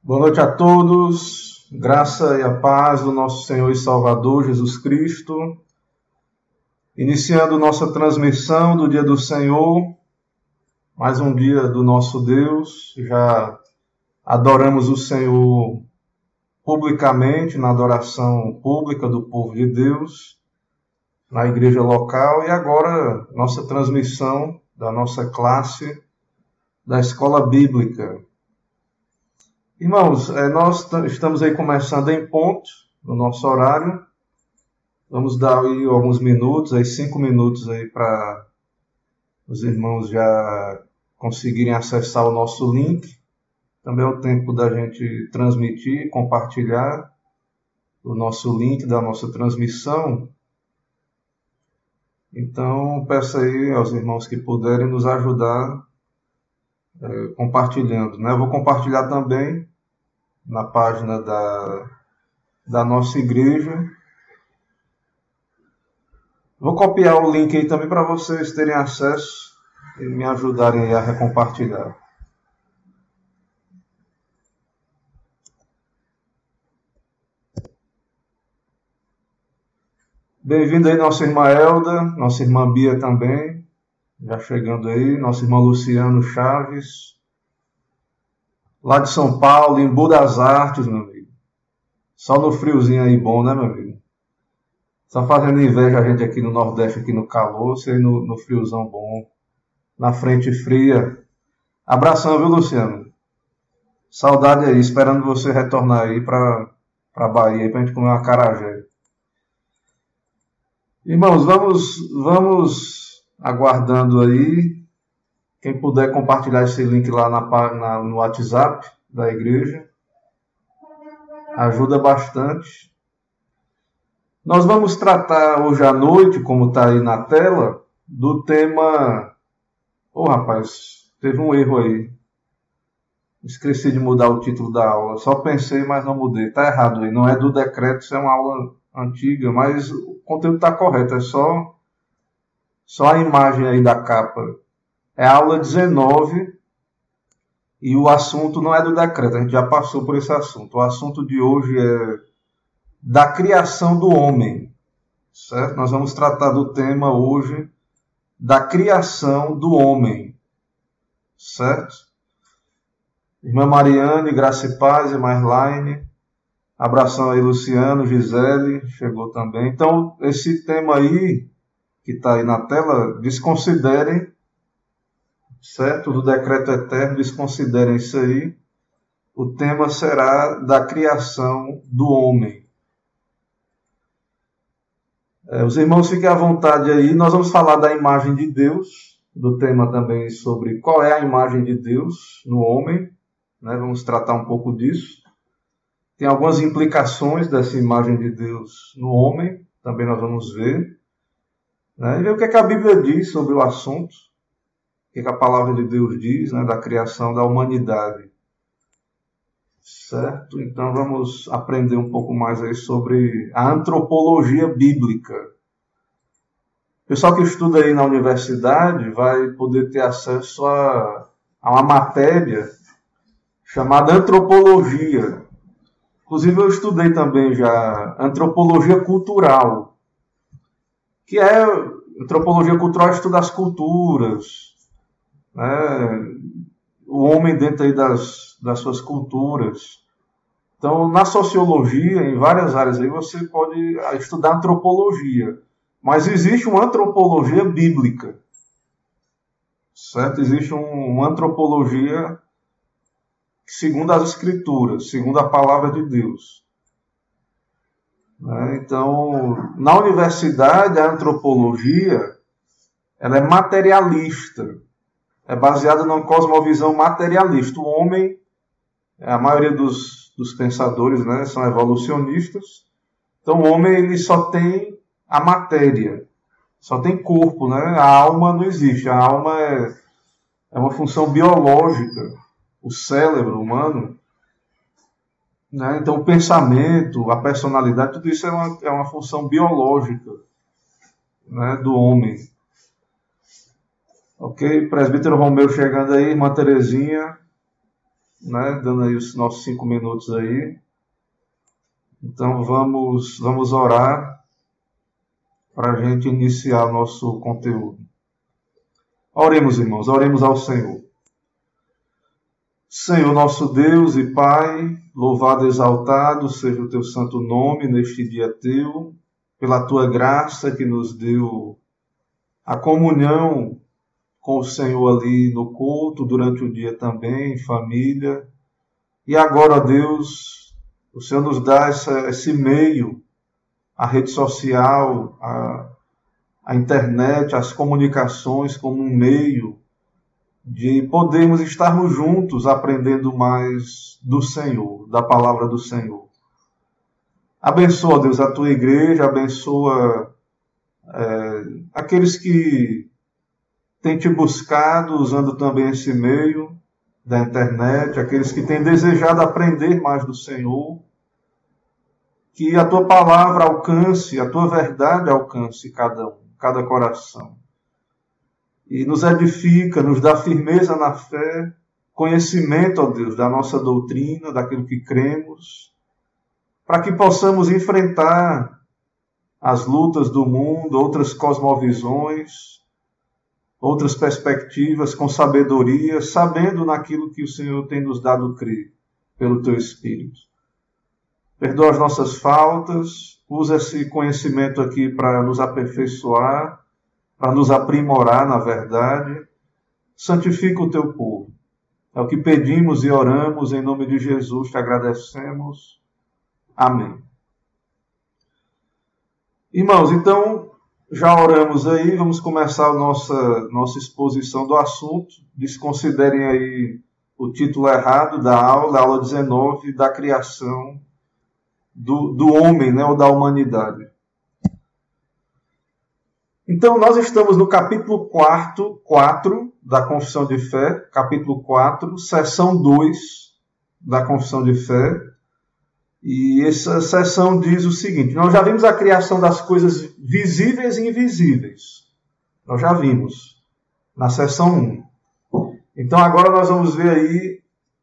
Boa noite a todos, graça e a paz do nosso Senhor e Salvador Jesus Cristo. Iniciando nossa transmissão do Dia do Senhor, mais um dia do nosso Deus. Já adoramos o Senhor publicamente, na adoração pública do povo de Deus, na igreja local, e agora nossa transmissão da nossa classe da Escola Bíblica. Irmãos, nós estamos aí começando em ponto, no nosso horário. Vamos dar aí alguns minutos, aí 5 minutos aí para os irmãos já conseguirem acessar o nosso link. Também é o tempo da gente transmitir, compartilhar o nosso link da nossa transmissão. Então, peço aí aos irmãos que puderem nos ajudar compartilhando, né? Eu vou compartilhar também na página da nossa igreja. Vou copiar o link aí também para vocês terem acesso e me ajudarem a recompartilhar. Bem-vindo aí nossa irmã Elda, nossa irmã Bia também, já chegando aí, nosso irmão Luciano Chaves, lá de São Paulo, em Boa das Artes, meu amigo. Só no friozinho aí bom, né, meu amigo? Só fazendo inveja a gente aqui no Nordeste, aqui no calor, você aí no friozão bom, na frente fria. Abração, viu, Luciano? Saudade aí, esperando você retornar aí pra Bahia, aí pra gente comer uma acarajé. Irmãos, vamos aguardando aí. Quem puder compartilhar esse link lá no WhatsApp da igreja, ajuda bastante. Nós vamos tratar hoje à noite, como está aí na tela, do tema... rapaz, teve um erro aí. Esqueci de mudar o título da aula. Só pensei, mas não mudei. Está errado aí. Não é do decreto, isso é uma aula antiga, mas o conteúdo está correto. É só a imagem aí da capa. É a aula 19 e o assunto não é do decreto. A gente já passou por esse assunto. O assunto de hoje é da criação do homem. Certo? Nós vamos tratar do tema hoje da criação do homem. Certo? Irmã Mariane, Graça e Paz, irmã Erlaine. Abração aí, Luciano, Gisele, chegou também. Então, esse tema aí, que está aí na tela, desconsiderem, certo? Do decreto eterno, desconsiderem isso aí. O tema será da criação do homem. Os irmãos fiquem à vontade aí. Nós vamos falar da imagem de Deus, do tema também sobre qual é a imagem de Deus no homem, né? Vamos tratar um pouco disso. Tem algumas implicações dessa imagem de Deus no homem, também nós vamos ver. Né? E ver o que é que a Bíblia diz sobre o assunto, o que é que a palavra de Deus diz, né, da criação da humanidade. Certo? Então vamos aprender um pouco mais aí sobre a antropologia bíblica. O pessoal que estuda aí na universidade vai poder ter acesso a uma matéria chamada antropologia. Inclusive eu estudei também já antropologia cultural, que é antropologia cultural, estuda as culturas, né? O homem dentro aí das suas culturas. Então, na sociologia, em várias áreas aí, você pode estudar antropologia. Mas existe uma antropologia bíblica. Certo? Existe uma antropologia segundo as Escrituras, segundo a palavra de Deus. Então, na universidade, a antropologia ela é materialista. É baseada numa cosmovisão materialista. O homem, a maioria dos pensadores, né, são evolucionistas. Então, o homem ele só tem a matéria, só tem corpo, né? A alma não existe. A alma é uma função biológica. O cérebro humano, né? Então o pensamento, a personalidade, tudo isso é uma função biológica, né, do homem. Ok, presbítero Romeu chegando aí, irmã Terezinha, né? Dando aí os nossos 5 minutos aí. Então vamos orar para a gente iniciar o nosso conteúdo. Oremos, irmãos, oremos ao Senhor. Senhor, nosso Deus e Pai, louvado e exaltado seja o teu santo nome neste dia teu, pela tua graça que nos deu a comunhão com o Senhor ali no culto, durante o dia também, em família. E agora, ó Deus, o Senhor nos dá esse meio, a rede social, a internet, as comunicações como um meio de podermos estarmos juntos aprendendo mais do Senhor, da palavra do Senhor. Abençoa, Deus, a tua igreja, abençoa aqueles que têm te buscado usando também esse meio da internet, aqueles que têm desejado aprender mais do Senhor, que a tua palavra alcance, a tua verdade alcance cada coração. E nos edifica, nos dá firmeza na fé, conhecimento, ó Deus, da nossa doutrina, daquilo que cremos, para que possamos enfrentar as lutas do mundo, outras cosmovisões, outras perspectivas com sabedoria, sabendo naquilo que o Senhor tem nos dado crer, pelo teu Espírito. Perdoa as nossas faltas, usa esse conhecimento aqui para nos aperfeiçoar, para nos aprimorar na verdade. Santifica o teu povo. É o que pedimos e oramos em nome de Jesus, te agradecemos. Amém. Irmãos, então, já oramos aí, vamos começar a nossa exposição do assunto. Desconsiderem aí o título errado da aula 19, da criação do homem, né, ou da humanidade. Então, nós estamos no capítulo 4 da Confissão de Fé, capítulo 4, seção 2 da Confissão de Fé. E essa seção diz o seguinte: nós já vimos a criação das coisas visíveis e invisíveis. Nós já vimos na seção 1. Então, agora nós vamos ver aí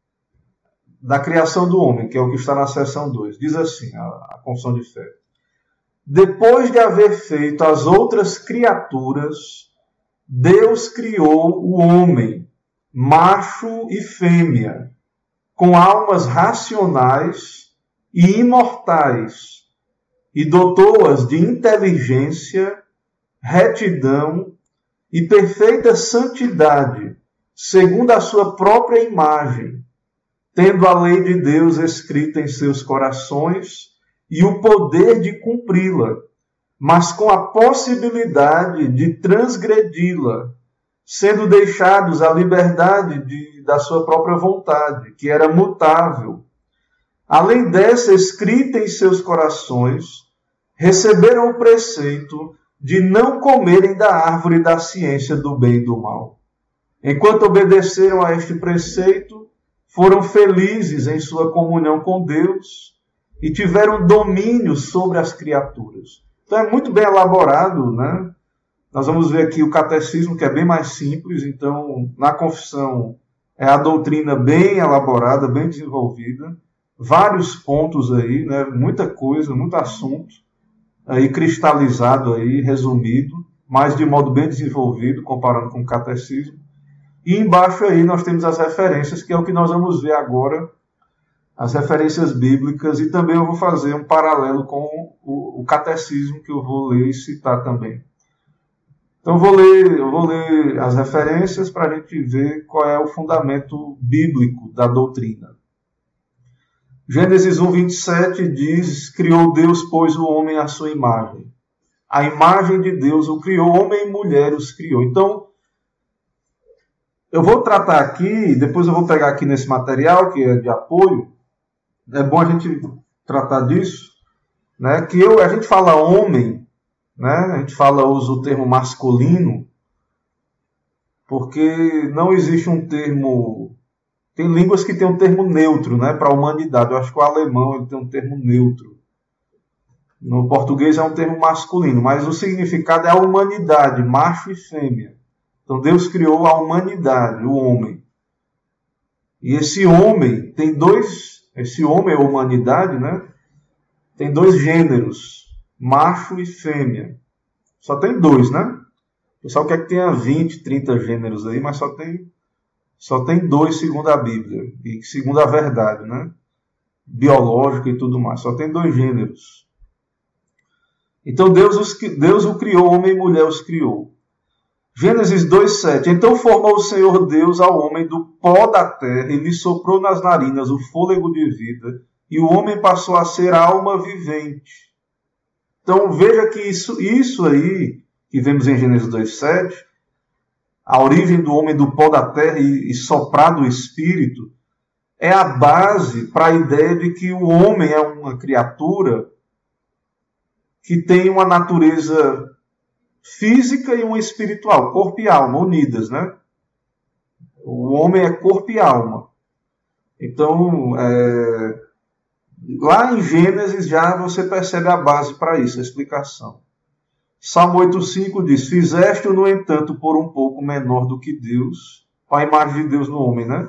da criação do homem, que é o que está na seção 2. Diz assim a Confissão de Fé: depois de haver feito as outras criaturas, Deus criou o homem, macho e fêmea, com almas racionais e imortais, e dotou-as de inteligência, retidão e perfeita santidade, segundo a sua própria imagem, tendo a lei de Deus escrita em seus corações e o poder de cumpri-la, mas com a possibilidade de transgredi-la, sendo deixados à liberdade da sua própria vontade, que era mutável. Além dessa escrita em seus corações, receberam o preceito de não comerem da árvore da ciência do bem e do mal. Enquanto obedeceram a este preceito, foram felizes em sua comunhão com Deus e tiveram domínio sobre as criaturas. Então é muito bem elaborado, né? Nós vamos ver aqui o catecismo, que é bem mais simples. Então, na confissão, é a doutrina bem elaborada, bem desenvolvida. Vários pontos aí, né? Muita coisa, muito assunto aí cristalizado, aí, resumido, mas de modo bem desenvolvido, comparando com o catecismo. E embaixo aí nós temos as referências, que é o que nós vamos ver agora, as referências bíblicas, e também eu vou fazer um paralelo com o catecismo, que eu vou ler e citar também. Então eu vou ler as referências para a gente ver qual é o fundamento bíblico da doutrina. Gênesis 1, 27 diz: criou Deus, pois, o homem à sua imagem. A imagem de Deus o criou, homem e mulher os criou. Então, eu vou tratar aqui, depois eu vou pegar aqui nesse material, que é de apoio. É bom a gente tratar disso, né? Que a gente fala homem, né? A gente usa o termo masculino, porque não existe um termo. Tem línguas que têm um termo neutro, né, para a humanidade. Eu acho que o alemão ele tem um termo neutro. No português é um termo masculino, mas o significado é a humanidade, macho e fêmea. Então Deus criou a humanidade, o homem. E esse homem tem esse homem é a humanidade, né? Tem dois gêneros, macho e fêmea. Só tem dois, né? O pessoal quer que tenha 20, 30 gêneros aí, mas só tem dois segundo a Bíblia, e segundo a verdade, né? Biológica e tudo mais. Só tem dois gêneros. Então Deus o criou, homem e mulher os criou. Gênesis 2:7. Então formou o Senhor Deus ao homem do pó da terra e lhe soprou nas narinas o fôlego de vida, e o homem passou a ser alma vivente. Então veja que isso aí, que vemos em Gênesis 2:7, a origem do homem do pó da terra e soprado o espírito, é a base para a ideia de que o homem é uma criatura que tem uma natureza física e uma espiritual, corpo e alma, unidas, né? O homem é corpo e alma. Então, lá em Gênesis já você percebe a base para isso, a explicação. Salmo 8,5 diz: Fizeste-o, no entanto, por um pouco menor do que Deus, a imagem de Deus no homem, né?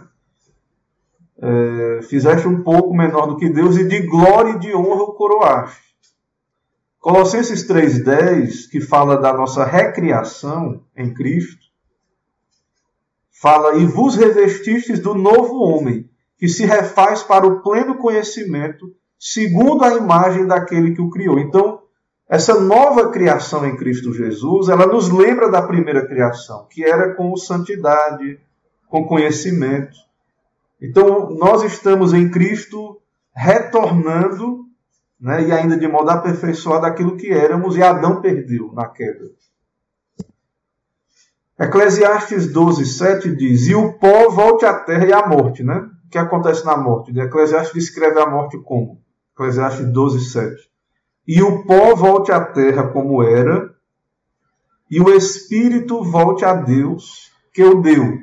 Fizeste um pouco menor do que Deus e de glória e de honra o coroaste. Colossenses 3,10, que fala da nossa recriação em Cristo, fala: E vos revestistes do novo homem, que se refaz para o pleno conhecimento, segundo a imagem daquele que o criou. Então, essa nova criação em Cristo Jesus, ela nos lembra da primeira criação, que era com santidade, com conhecimento. Então, nós estamos em Cristo retornando, né, e ainda de modo aperfeiçoado aquilo que éramos, e Adão perdeu na queda. Eclesiastes 12:7 diz: E o pó volte à terra e à morte, né? O que acontece na morte? Eclesiastes descreve a morte como? Eclesiastes 12:7. E o pó volte à terra como era, e o espírito volte a Deus que o deu.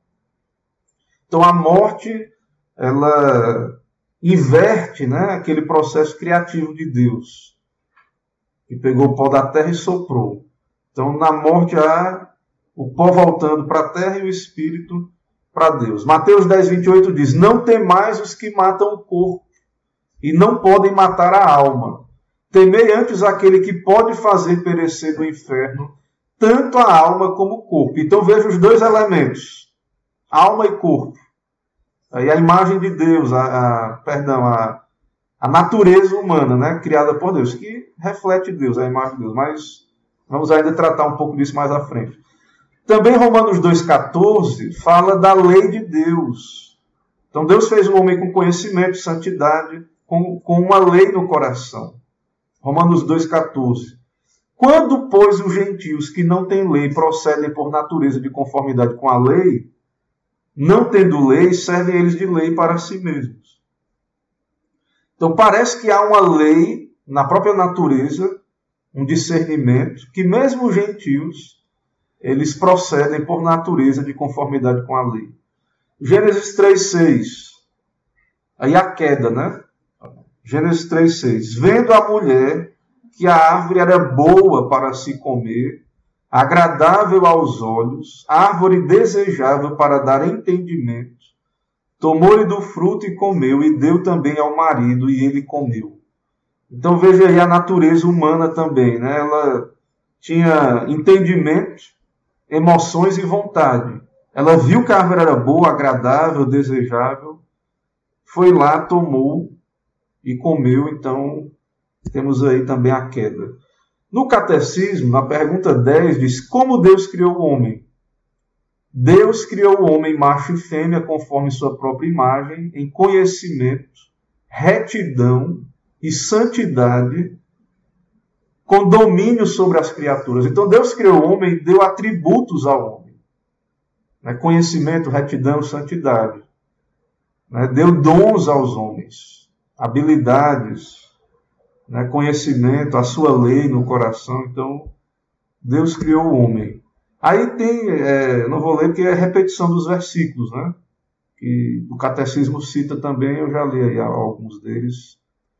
Então a morte, ela inverte, né, aquele processo criativo de Deus, que pegou o pó da terra e soprou. Então na morte há o pó voltando para a terra e o espírito para Deus. Mateus 10:28 diz: Não temais os que matam o corpo e não podem matar a alma. Temei antes aquele que pode fazer perecer no inferno tanto a alma como o corpo. Então veja os dois elementos, alma e corpo. Aí a imagem de Deus, a natureza humana, né, criada por Deus, que reflete Deus, a imagem de Deus. Mas vamos ainda tratar um pouco disso mais à frente. Também Romanos 2,14 fala da lei de Deus. Então Deus fez o homem com conhecimento, santidade, com uma lei no coração. Romanos 2,14. Quando, pois, os gentios que não têm lei procedem por natureza de conformidade com a lei, não tendo lei, servem eles de lei para si mesmos. Então parece que há uma lei na própria natureza, um discernimento, que mesmo os gentios, eles procedem por natureza de conformidade com a lei. Gênesis 3,6. Aí a queda, né? Gênesis 3,6. Vendo a mulher que a árvore era boa para se comer, agradável aos olhos, árvore desejável para dar entendimento, tomou-lhe do fruto e comeu, e deu também ao marido, e ele comeu. Então veja aí a natureza humana também, né? Ela tinha entendimento, emoções e vontade. Ela viu que a árvore era boa, agradável, desejável, foi lá, tomou e comeu. Então temos aí também a queda. No Catecismo, na pergunta 10, diz: Como Deus criou o homem? Deus criou o homem macho e fêmea conforme sua própria imagem, em conhecimento, retidão e santidade, com domínio sobre as criaturas. Então Deus criou o homem e deu atributos ao homem. Conhecimento, retidão, santidade. Deu dons aos homens, habilidades, conhecimento, a sua lei no coração. Então Deus criou o homem. Aí tem, não vou ler porque é repetição dos versículos, né? Que o Catecismo cita também, eu já li aí alguns deles.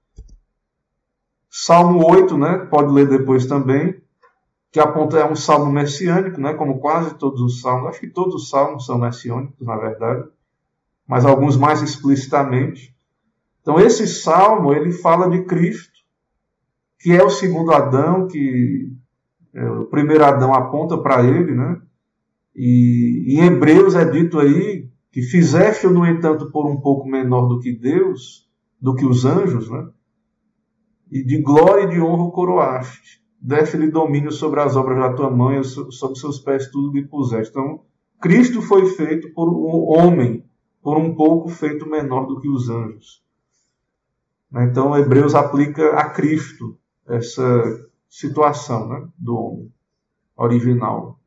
Salmo 8, né? Pode ler depois também, que aponta, é um salmo messiânico, né? Como quase todos os salmos. Acho que todos os salmos são messiânicos, na verdade. mas alguns mais explicitamente. Então esse salmo, ele fala de Cristo, que é o segundo Adão, que o primeiro Adão aponta para ele, né? E em Hebreus é dito aí que fizeste-o, no entanto, por um pouco menor do que Deus, do que os anjos, né? E de glória e de honra o coroaste. Deste-lhe domínio sobre as obras da tua mão e sobre seus pés tudo lhe puseste. Então, Cristo foi feito por um homem, por um pouco feito menor do que os anjos. Então, Hebreus aplica a Cristo essa situação, né, do homem original.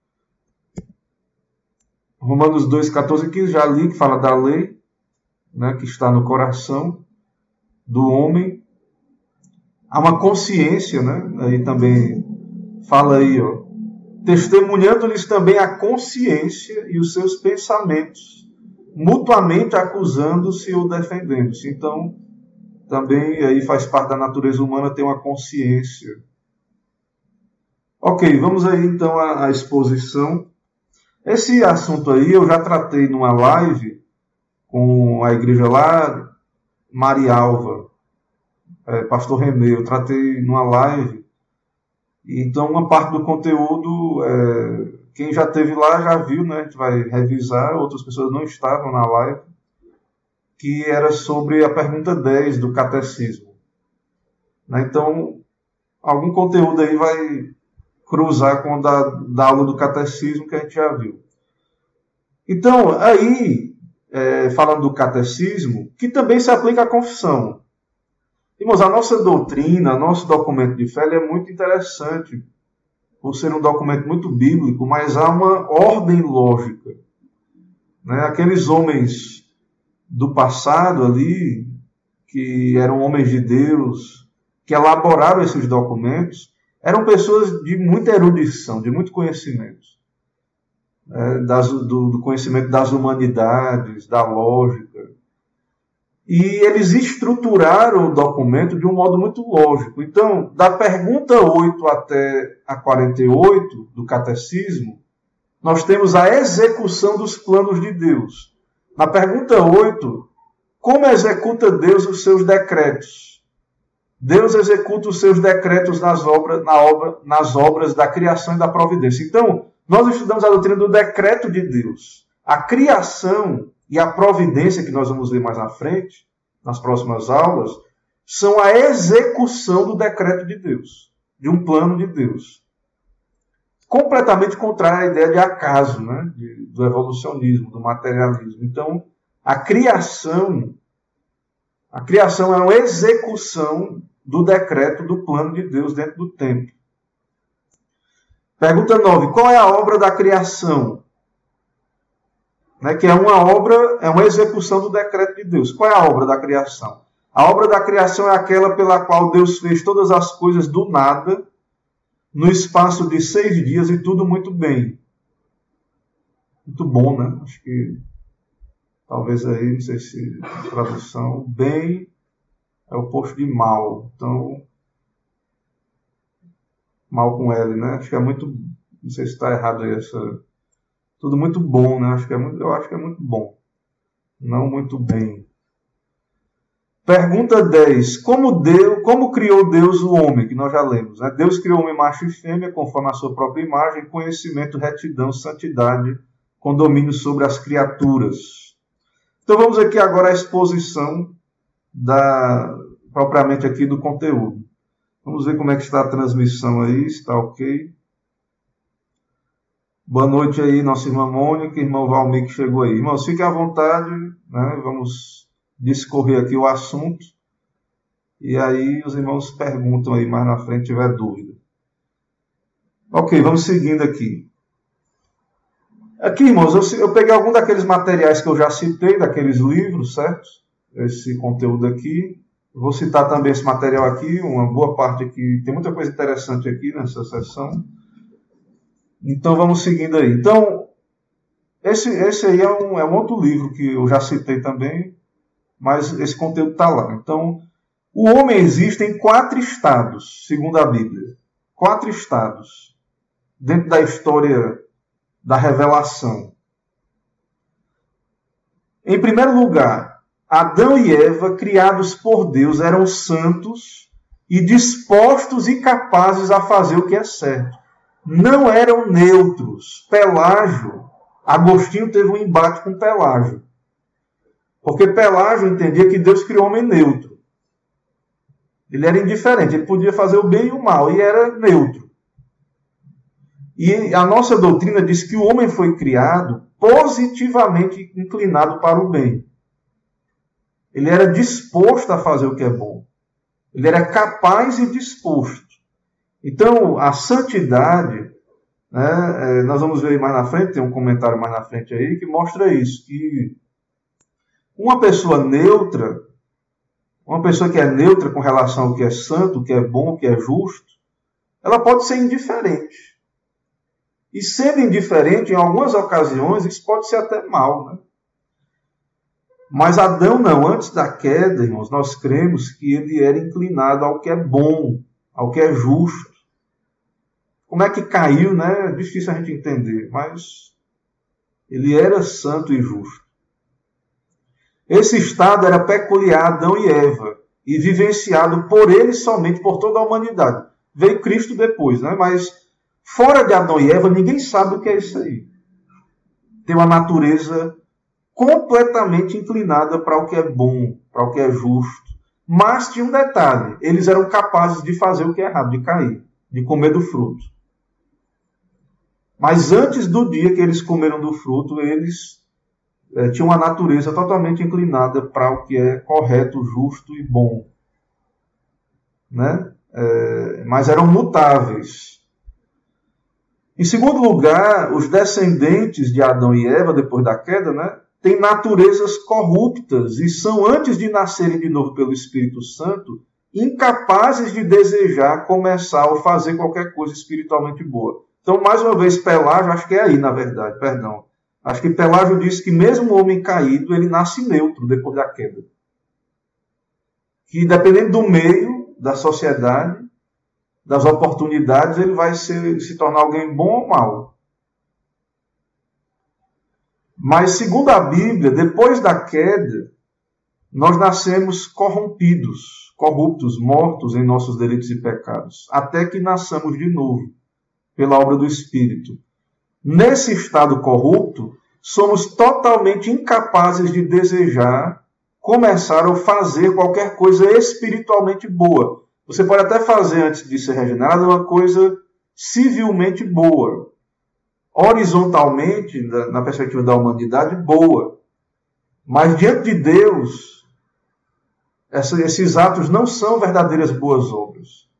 Romanos 2, 14 e 15, já li, que fala da lei, né, que está no coração do homem. Há uma consciência, né? Aí também fala aí, ó, testemunhando-lhes também a consciência e os seus pensamentos, mutuamente acusando-se ou defendendo-se. Então, também aí faz parte da natureza humana ter uma consciência. Ok, vamos aí então à exposição. Esse assunto aí eu já tratei numa live com a igreja lá, Marialva, pastor Renê, eu tratei numa live. Então, uma parte do conteúdo, quem já esteve lá já viu, né? A gente vai revisar, outras pessoas não estavam na live, que era sobre a pergunta 10 do catecismo. Então, algum conteúdo aí vai cruzar com o da aula do catecismo que a gente já viu. Então, aí, falando do catecismo, que também se aplica à confissão. Irmãos, a nossa doutrina, nosso documento de fé, ele é muito interessante, por ser um documento muito bíblico, mas há uma ordem lógica. Né? Aqueles homens do passado ali, que eram homens de Deus, que elaboraram esses documentos, eram pessoas de muita erudição, de muito conhecimento. Do conhecimento das humanidades, da lógica. E eles estruturaram o documento de um modo muito lógico. Então, da pergunta 8 até a 48 do catecismo, nós temos a execução dos planos de Deus. Na pergunta 8, como executa Deus os seus decretos? Deus executa os seus decretos nas obras da criação e da providência. Então, nós estudamos a doutrina do decreto de Deus. A criação e a providência, que nós vamos ver mais à frente, nas próximas aulas, são a execução do decreto de Deus, de um plano de Deus. Completamente contrária à ideia de acaso, né? Do evolucionismo, do materialismo. Então, a criação é uma execução do decreto, do plano de Deus dentro do tempo. Pergunta 9. Qual é a obra da criação? Que é uma execução do decreto de Deus. Qual é a obra da criação? A obra da criação é aquela pela qual Deus fez todas as coisas do nada, no espaço de 6 dias, e tudo muito bem. Muito bom, né? Acho que talvez aí, não sei se a tradução, bem é o oposto de mal. Então, mal com L, né? Acho que é muito, não sei se está errado aí essa... Tudo muito bom, né? Eu acho que é muito bom. Não muito bem. Pergunta 10. Como criou Deus o homem? Que nós já lemos. Né? Deus criou o homem macho e fêmea, conforme a sua própria imagem, conhecimento, retidão, santidade, com domínio sobre as criaturas. Então vamos aqui agora à exposição propriamente aqui do conteúdo. Vamos ver como é que está a transmissão aí, está ok. Boa noite aí, nossa irmã Mônica, irmão Valmir que chegou aí. Irmãos, fiquem à vontade, né? Vamos discorrer aqui o assunto. E aí os irmãos perguntam aí mais na frente, se tiver dúvida. Ok, vamos seguindo aqui. Aqui, irmãos, eu peguei algum daqueles materiais que eu já citei, daqueles livros, certo? Esse conteúdo aqui. Vou citar também esse material aqui, uma boa parte aqui. Tem muita coisa interessante aqui nessa sessão. Então, vamos seguindo aí. Então, esse aí é um outro livro que eu já citei também, mas esse conteúdo está lá. Então, o homem existe em 4 estados, segundo a Bíblia. 4 estados, dentro da história da revelação. Em primeiro lugar, Adão e Eva, criados por Deus, eram santos e dispostos e capazes a fazer o que é certo. Não eram neutros. Pelágio, Agostinho teve um embate com Pelágio. Porque Pelágio entendia que Deus criou um homem neutro. Ele era indiferente, ele podia fazer o bem e o mal, e era neutro. E a nossa doutrina diz que o homem foi criado positivamente inclinado para o bem. Ele era disposto a fazer o que é bom. Ele era capaz e disposto. Então, a santidade, né, nós vamos ver mais na frente, tem um comentário mais na frente aí, que mostra isso, que uma pessoa neutra, uma pessoa que é neutra com relação ao que é santo, o que é bom, o que é justo, ela pode ser indiferente. E sendo indiferente, em algumas ocasiões, isso pode ser até mal, né? Mas Adão não. Antes da queda, irmãos, nós cremos que ele era inclinado ao que é bom, ao que é justo. Como é que caiu, né? É difícil a gente entender, mas ele era santo e justo. Esse estado era peculiar a Adão e Eva e vivenciado por eles somente, por toda a humanidade. Veio Cristo depois, né? Mas fora de Adão e Eva, ninguém sabe o que é isso aí. Tem uma natureza completamente inclinada para o que é bom, para o que é justo. Mas tinha um detalhe, eles eram capazes de fazer o que é errado, de cair, de comer do fruto. Mas antes do dia que eles comeram do fruto, eles tinham uma natureza totalmente inclinada para o que é correto, justo e bom. Né? Mas eram mutáveis. Em segundo lugar, os descendentes de Adão e Eva, depois da queda, né, têm naturezas corruptas e são, antes de nascerem de novo pelo Espírito Santo, incapazes de desejar começar ou fazer qualquer coisa espiritualmente boa. Então, mais uma vez, Pelágio, acho que é aí, na verdade, perdão. Acho que Pelágio diz que mesmo o homem caído, ele nasce neutro depois da queda. Que dependendo do meio, da sociedade, das oportunidades, ele vai se tornar alguém bom ou mau. Mas, segundo a Bíblia, depois da queda, nós nascemos corruptos, mortos em nossos delitos e pecados, até que nasçamos de novo, pela obra do Espírito. Nesse estado corrupto, somos totalmente incapazes de desejar, começar ou fazer qualquer coisa espiritualmente boa. Você pode até fazer, antes de ser regenerado, uma coisa civilmente boa. Horizontalmente, na perspectiva da humanidade, boa. Mas diante de Deus, esses atos não são verdadeiras boas obras.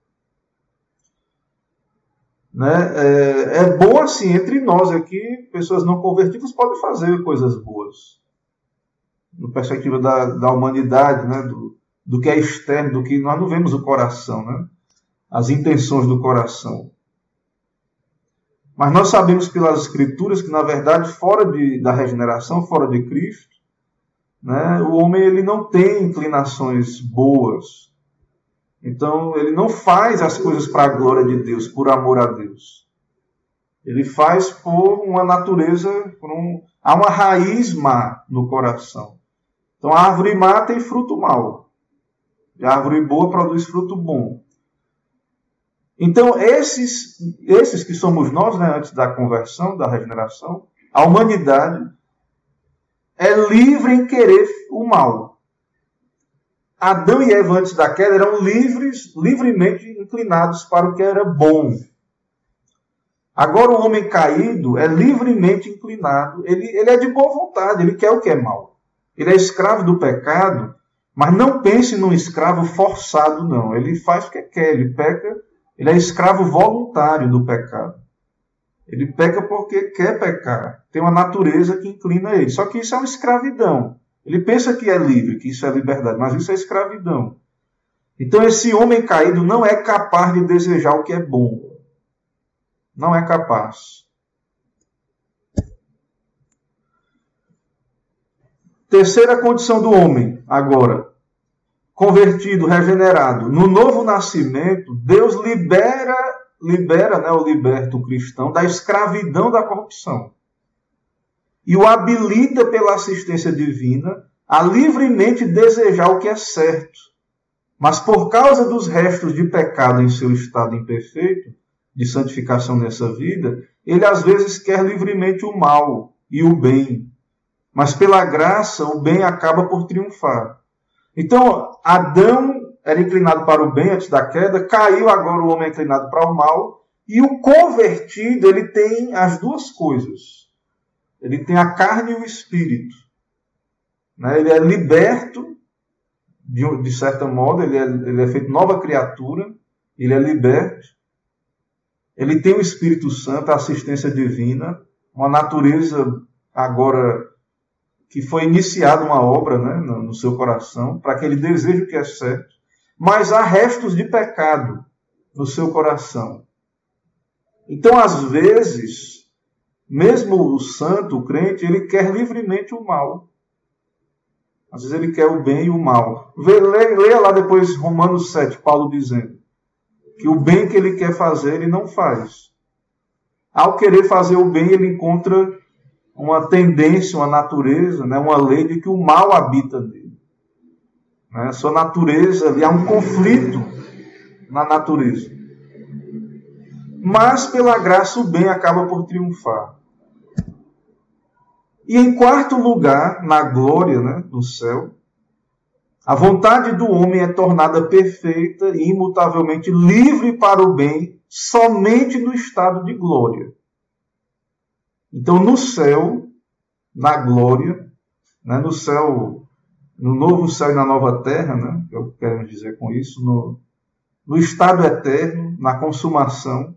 Né? É bom assim, entre nós aqui, pessoas não convertidas podem fazer coisas boas. Na perspectiva da humanidade, né? Do que é externo, do que nós não vemos o coração, né? As intenções do coração. Mas nós sabemos pelas Escrituras que, na verdade, fora da regeneração, fora de Cristo, né, o homem ele não tem inclinações boas. Então, ele não faz as coisas para a glória de Deus, por amor a Deus. Ele faz por uma natureza, há uma raiz má no coração. Então, a árvore má tem fruto mau. E a árvore boa produz fruto bom. Então, esses que somos nós, né, antes da conversão, da regeneração, a humanidade é livre em querer o mal. Adão e Eva, antes da queda, eram livremente inclinados para o que era bom. Agora, o homem caído é livremente inclinado. Ele é de boa vontade, ele quer o que é mal. Ele é escravo do pecado, mas não pense num escravo forçado, não. Ele faz o que quer, ele peca, ele é escravo voluntário do pecado. Ele peca porque quer pecar. Tem uma natureza que inclina ele. Só que isso é uma escravidão. Ele pensa que é livre, que isso é liberdade, mas isso é escravidão. Então esse homem caído não é capaz de desejar o que é bom. Não é capaz. Terceira condição do homem, agora. Convertido, regenerado. No novo nascimento, Deus libera, né, ou liberta o cristão da escravidão da corrupção. e o habilita pela assistência divina a livremente desejar o que é certo. Mas por causa dos restos de pecado em seu estado imperfeito, de santificação nessa vida, ele às vezes quer livremente o mal e o bem. Mas pela graça, o bem acaba por triunfar. Então, Adão era inclinado para o bem antes da queda, caiu, agora o homem é inclinado para o mal, e o convertido, ele tem as duas coisas. Ele tem a carne e o espírito. Ele é liberto, de certa modo, ele é feito nova criatura, ele é liberto, ele tem o Espírito Santo, a assistência divina, uma natureza agora que foi iniciada uma obra, né, no seu coração, para que ele deseje o que é certo, mas há restos de pecado no seu coração. Então, às vezes, mesmo o santo, o crente, ele quer livremente o mal. Às vezes ele quer o bem e o mal. Leia lá depois Romanos 7, Paulo dizendo que o bem que ele quer fazer, ele não faz. Ao querer fazer o bem, ele encontra uma tendência, uma natureza, né, uma lei de que o mal habita nele. Né? Sua natureza, ali há um conflito na natureza. Mas, pela graça, o bem acaba por triunfar. E em quarto lugar, na glória, né, do céu, a vontade do homem é tornada perfeita e imutavelmente livre para o bem somente no estado de glória. Então, no céu, na glória, né, no céu, no novo céu e na nova terra, né, que eu quero dizer com isso, no estado eterno, na consumação,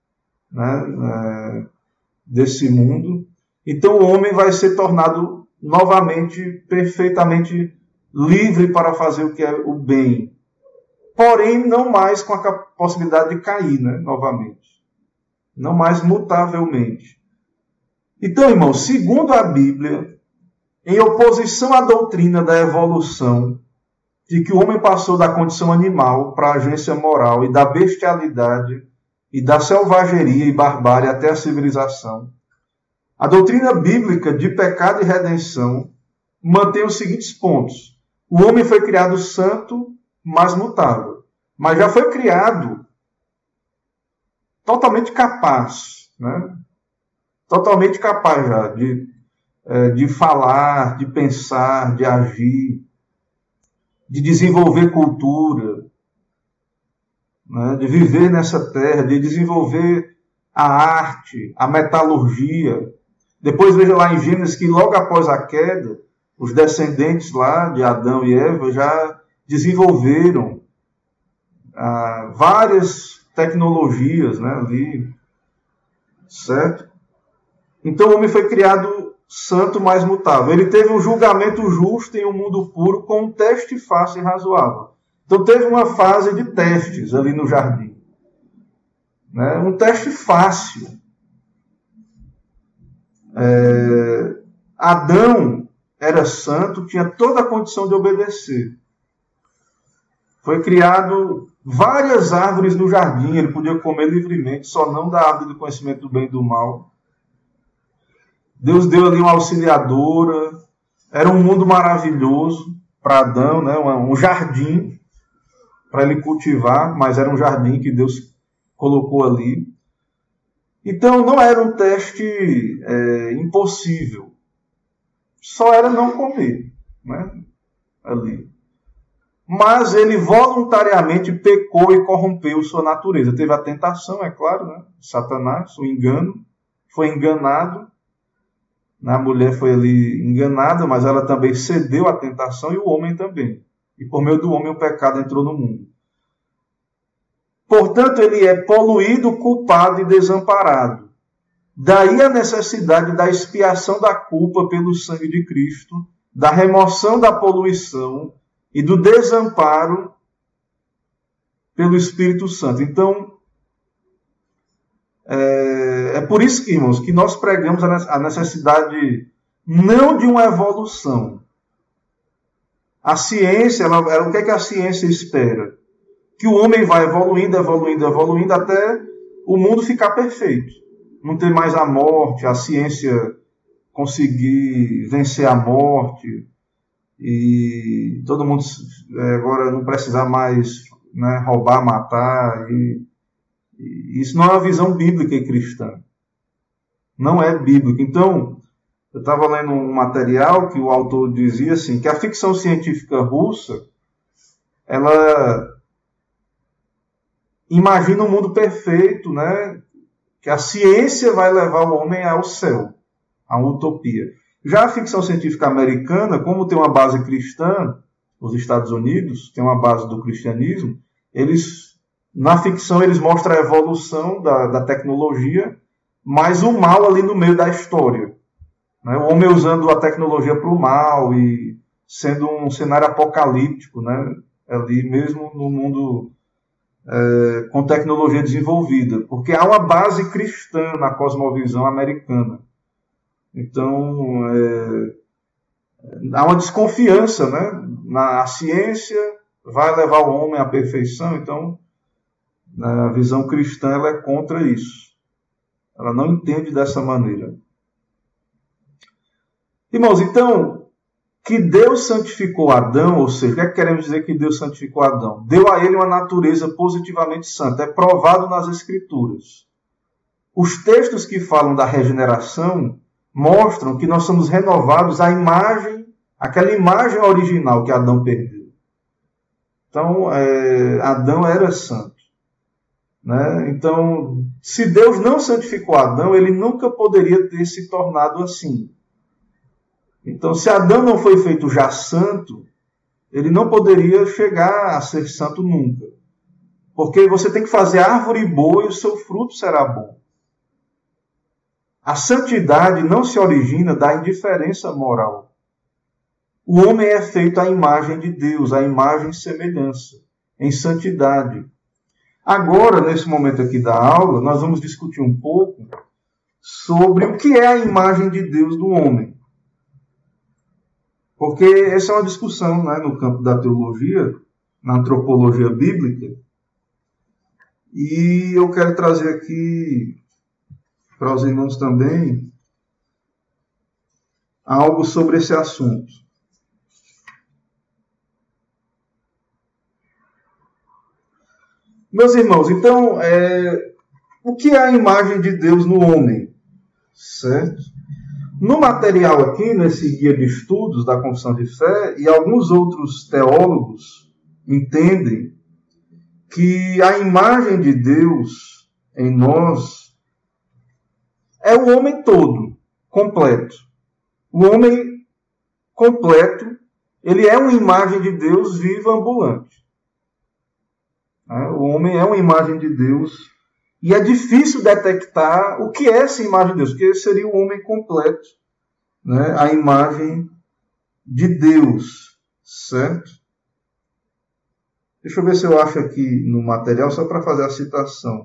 né, desse mundo, então o homem vai ser tornado novamente, perfeitamente livre para fazer o que é o bem. Porém, não mais com a possibilidade de cair, né, novamente. Não mais mutavelmente. Então, irmãos, segundo a Bíblia, em oposição à doutrina da evolução, de que o homem passou da condição animal para a agência moral e da bestialidade e da selvageria e barbárie até a civilização, a doutrina bíblica de pecado e redenção mantém os seguintes pontos. O homem foi criado santo, mas mutável. Mas já foi criado totalmente capaz, né? Totalmente capaz já de falar, de pensar, de agir, de desenvolver cultura, né? De viver nessa terra, de desenvolver a arte, a metalurgia. Depois veja lá em Gênesis que logo após a queda, os descendentes lá de Adão e Eva já desenvolveram várias tecnologias, né, ali, certo? Então o homem foi criado santo, mas mutável. Ele teve um julgamento justo em um mundo puro com um teste fácil e razoável. Então teve uma fase de testes ali no jardim. Né? Um teste fácil. Adão era santo, tinha toda a condição de obedecer. Foi criado várias árvores no jardim, ele podia comer livremente, só não da árvore do conhecimento do bem e do mal. Deus deu ali uma auxiliadora, era um mundo maravilhoso para Adão, né? Um jardim para ele cultivar, mas era um jardim que Deus colocou ali. Então não era um teste impossível, só era não comer, né? Ali. Mas ele voluntariamente pecou e corrompeu sua natureza. Teve a tentação, é claro, né? Satanás, o engano, foi enganado. A mulher foi ali enganada, mas ela também cedeu à tentação e o homem também. E por meio do homem o pecado entrou no mundo. Portanto, ele é poluído, culpado e desamparado. Daí a necessidade da expiação da culpa pelo sangue de Cristo, da remoção da poluição e do desamparo pelo Espírito Santo. Então, é por isso, que, irmãos, que nós pregamos a necessidade não de uma evolução. A ciência, o que é que a ciência espera? Que o homem vai evoluindo, evoluindo, evoluindo até o mundo ficar perfeito. Não ter mais a morte, a ciência conseguir vencer a morte e todo mundo agora não precisar mais, né, roubar, matar. E isso não é uma visão bíblica e cristã. Não é bíblica. Então, eu estava lendo um material que o autor dizia assim, que a ficção científica russa, ela imagina um mundo perfeito, né? Que a ciência vai levar o homem ao céu, a uma utopia. Já a ficção científica americana, como tem uma base cristã, os Estados Unidos tem uma base do cristianismo, na ficção eles mostram a evolução da tecnologia, mas o mal ali no meio da história. Né? O homem usando a tecnologia para o mal e sendo um cenário apocalíptico, né? Ali mesmo no mundo com tecnologia desenvolvida, porque há uma base cristã na cosmovisão americana. Então, há uma desconfiança, né? A ciência vai levar o homem à perfeição, então a visão cristã ela é contra isso. Ela não entende dessa maneira. Irmãos, então, que Deus santificou Adão, ou seja, o que é que queremos dizer que Deus santificou Adão? Deu a ele uma natureza positivamente santa, é provado nas Escrituras. Os textos que falam da regeneração mostram que nós somos renovados à imagem, aquela imagem original que Adão perdeu. Então, Adão era santo. Né? Então, se Deus não santificou Adão, ele nunca poderia ter se tornado assim. Então, se Adão não foi feito já santo, ele não poderia chegar a ser santo nunca. Porque você tem que fazer árvore boa e o seu fruto será bom. A santidade não se origina da indiferença moral. O homem é feito à imagem de Deus, à imagem e semelhança, em santidade. Agora, nesse momento aqui da aula, nós vamos discutir um pouco sobre o que é a imagem de Deus do homem. Porque essa é uma discussão, né, no campo da teologia, na antropologia bíblica. E eu quero trazer aqui para os irmãos também algo sobre esse assunto. Meus irmãos, então, o que é a imagem de Deus no homem? Certo? No material aqui, nesse guia de estudos da Confissão de Fé, e alguns outros teólogos entendem que a imagem de Deus em nós é o homem todo, completo. O homem completo, ele é uma imagem de Deus viva, ambulante. O homem é uma imagem de Deus. E é difícil detectar o que é essa imagem de Deus, porque seria o homem completo, né? A imagem de Deus, certo? Deixa eu ver se eu acho aqui no material, só para fazer a citação.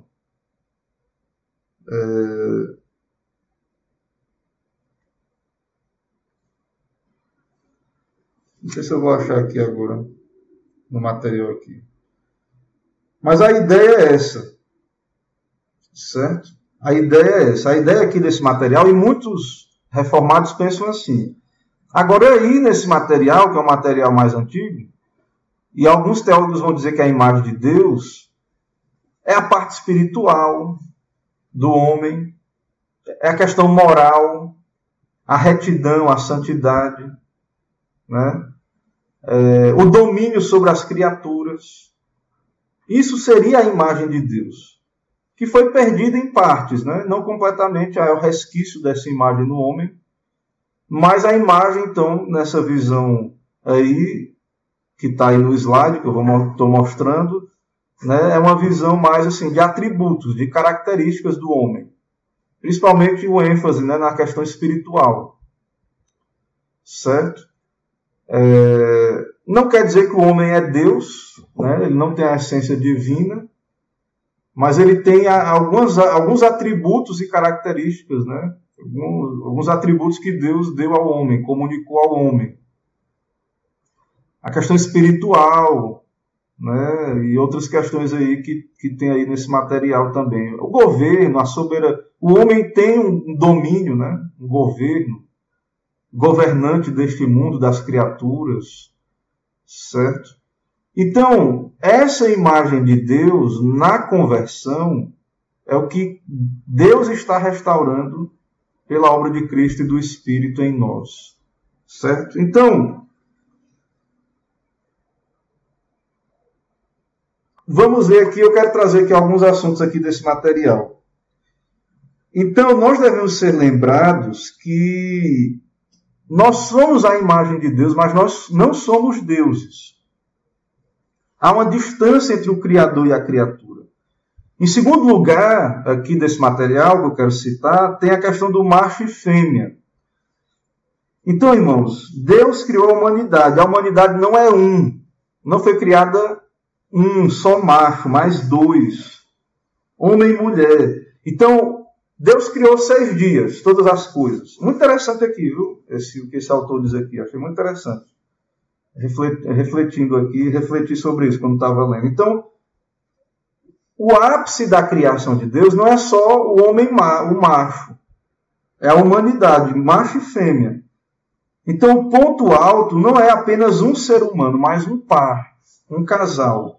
Não sei se eu vou achar aqui agora, no material aqui. Mas a ideia é essa. Certo? A ideia é essa. A ideia aqui desse material, e muitos reformados pensam assim. Agora aí, nesse material, que é um material mais antigo, e alguns teólogos vão dizer que a imagem de Deus é a parte espiritual do homem, é a questão moral, a retidão, a santidade, né? O domínio sobre as criaturas. Isso seria a imagem de Deus, que foi perdida em partes, né? Não completamente, é o resquício dessa imagem no homem, mas a imagem, então, nessa visão aí, que está aí no slide, que eu estou mostrando, né? É uma visão mais assim, de atributos, de características do homem, principalmente o ênfase, né, na questão espiritual, certo? Não quer dizer que o homem é Deus, né? Ele não tem a essência divina, mas ele tem alguns atributos e características, né? Alguns atributos que Deus deu ao homem, comunicou ao homem. A questão espiritual, né? E outras questões aí que tem aí nesse material também. O governo, a soberania. O homem tem um domínio, né? Um governo. governante deste mundo, das criaturas, certo? Então, essa imagem de Deus na conversão é o que Deus está restaurando pela obra de Cristo e do Espírito em nós, certo? Então, vamos ver aqui, eu quero trazer aqui alguns assuntos aqui desse material. Então, nós devemos ser lembrados que nós somos a imagem de Deus, mas nós não somos deuses. Há uma distância entre o Criador e a criatura. Em segundo lugar, aqui desse material que eu quero citar, tem a questão do macho e fêmea. Então, irmãos, Deus criou a humanidade. A humanidade não é um. Não foi criada um só macho, mas dois. Homem e mulher. Então, Deus criou 6 dias, todas as coisas. Muito interessante aqui, viu? O que esse autor diz aqui. Achei muito interessante. Refletindo aqui, refleti sobre isso quando estava lendo. Então, o ápice da criação de Deus não é só o homem, o macho. É a humanidade, macho e fêmea. Então, o ponto alto não é apenas um ser humano, mas um par, um casal.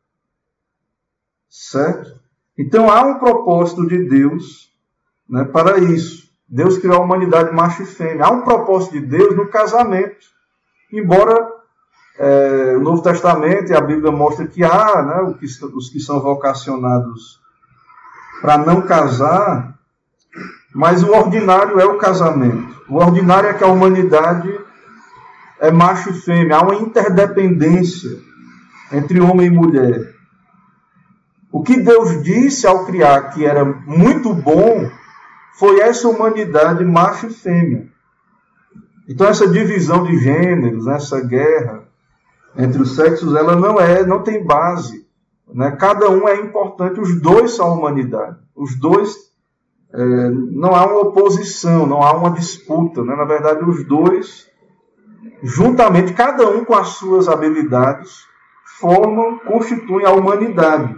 Certo? Então, há um propósito de Deus, né, para isso. Deus criou a humanidade macho e fêmea. Há um propósito de Deus no casamento. Embora o Novo Testamento e a Bíblia mostram que há, né, os que são vocacionados para não casar, mas o ordinário é o casamento. O ordinário é que a humanidade é macho e fêmea. Há uma interdependência entre homem e mulher. O que Deus disse ao criar que era muito bom foi essa humanidade macho e fêmea. Então essa divisão de gêneros, essa guerra entre os sexos, ela não tem base. Né? Cada um é importante, os dois são a humanidade. Os dois, não há uma oposição, não há uma disputa. Né? Na verdade, os dois, juntamente, cada um com as suas habilidades, constituem a humanidade.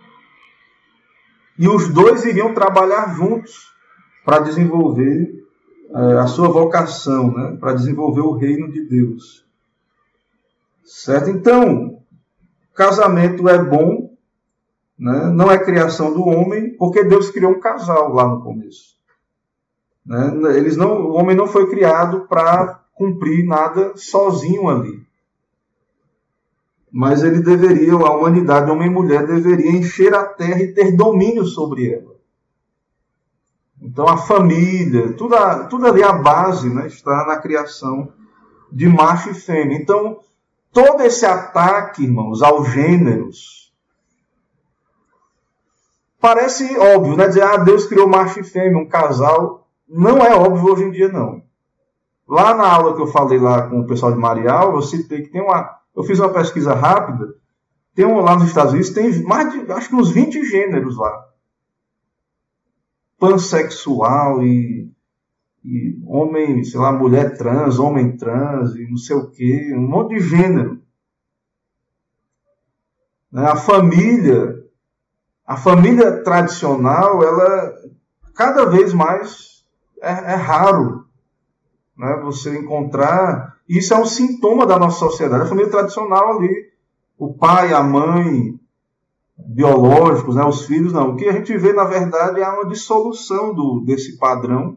E os dois iriam trabalhar juntos para desenvolver a sua vocação, né? Para desenvolver o reino de Deus. Certo? Então, casamento é bom, né? Não é criação do homem, porque Deus criou um casal lá no começo. Né? O homem não foi criado para cumprir nada sozinho ali. Mas ele deveria, a humanidade, homem e mulher, deveria encher a terra e ter domínio sobre ela. Então a família, tudo ali, a base, né, está na criação de macho e fêmea. Então, todo esse ataque, irmãos, aos gêneros, parece óbvio, né? Dizer, Deus criou macho e fêmea, um casal. Não é óbvio hoje em dia, não. Lá na aula que eu falei lá com o pessoal de Marial, eu citei que eu fiz uma pesquisa rápida, lá nos Estados Unidos, tem mais de, acho que uns 20 gêneros lá. Pansexual e homem, sei lá, mulher trans, homem trans, e não sei o quê, um monte de gênero. A família tradicional, ela cada vez mais é raro, né, você encontrar. Isso é um sintoma da nossa sociedade. A família tradicional ali, o pai, a mãe, biológicos, né, os filhos, não. O que a gente vê, na verdade, é uma dissolução desse padrão.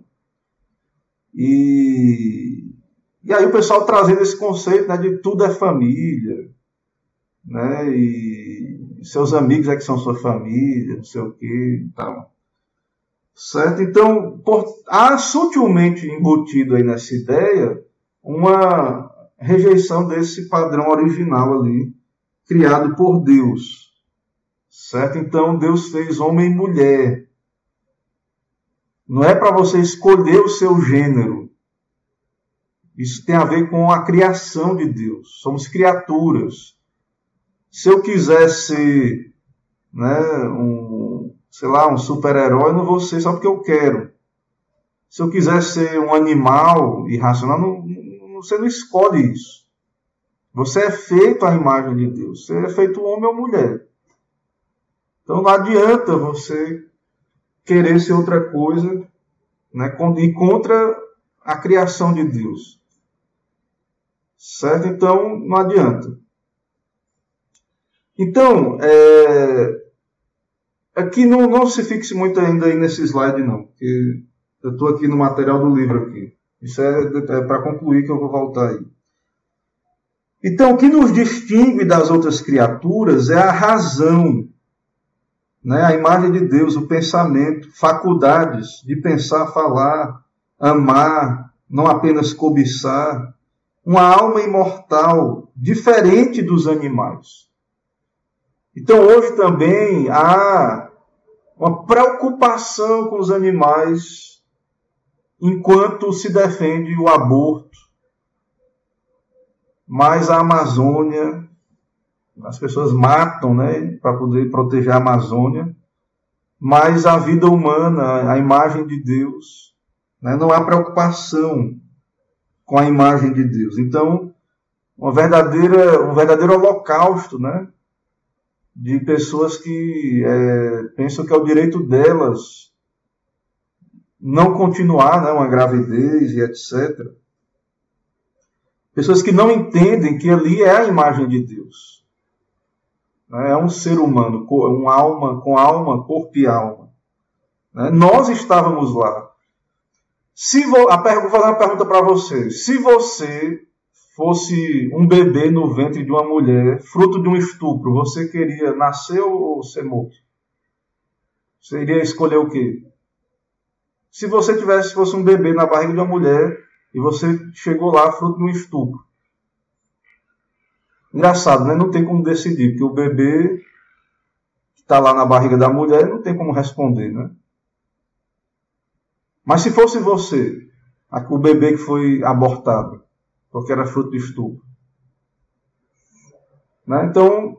E aí o pessoal trazendo esse conceito, né, de tudo é família, né, e seus amigos é que são sua família, não sei o quê e tal. Certo? Então, há sutilmente embutido aí nessa ideia uma rejeição desse padrão original ali, criado por Deus. Certo? Então, Deus fez homem e mulher. Não é para você escolher o seu gênero. Isso tem a ver com a criação de Deus. Somos criaturas. Se eu quiser ser, né, um super-herói, eu não vou ser só porque eu quero. Se eu quiser ser um animal irracional, você não escolhe isso. Você é feito à imagem de Deus. Você é feito homem ou mulher. Então não adianta você querer ser outra coisa, né, ir contra a criação de Deus. Certo? Então, não adianta. Então, aqui não se fixe muito ainda aí nesse slide, não. Porque eu estou aqui no material do livro aqui. Isso é para concluir que eu vou voltar aí. Então, o que nos distingue das outras criaturas é a razão, né? A imagem de Deus, o pensamento, faculdades de pensar, falar, amar, não apenas cobiçar. Uma alma imortal, diferente dos animais. Então, hoje também há uma preocupação com os animais enquanto se defende o aborto. Mas a Amazônia, as pessoas matam, né, para poder proteger a Amazônia, mas a vida humana, a imagem de Deus, né, não há preocupação com a imagem de Deus. Então, um verdadeiro holocausto, né, de pessoas que pensam que é o direito delas não continuar, né, uma gravidez e etc. Pessoas que não entendem que ali é a imagem de Deus. É um ser humano, com alma, corpo e alma. Nós estávamos lá. Vou fazer uma pergunta para você. Se você fosse um bebê no ventre de uma mulher, fruto de um estupro, você queria nascer ou ser morto? Você iria escolher o quê? Se você fosse um bebê na barriga de uma mulher e você chegou lá fruto de um estupro. Engraçado, né? Não tem como decidir, porque o bebê que está lá na barriga da mulher não tem como responder, né? Mas se fosse você, o bebê que foi abortado, porque era fruto de estupro. Né? Então,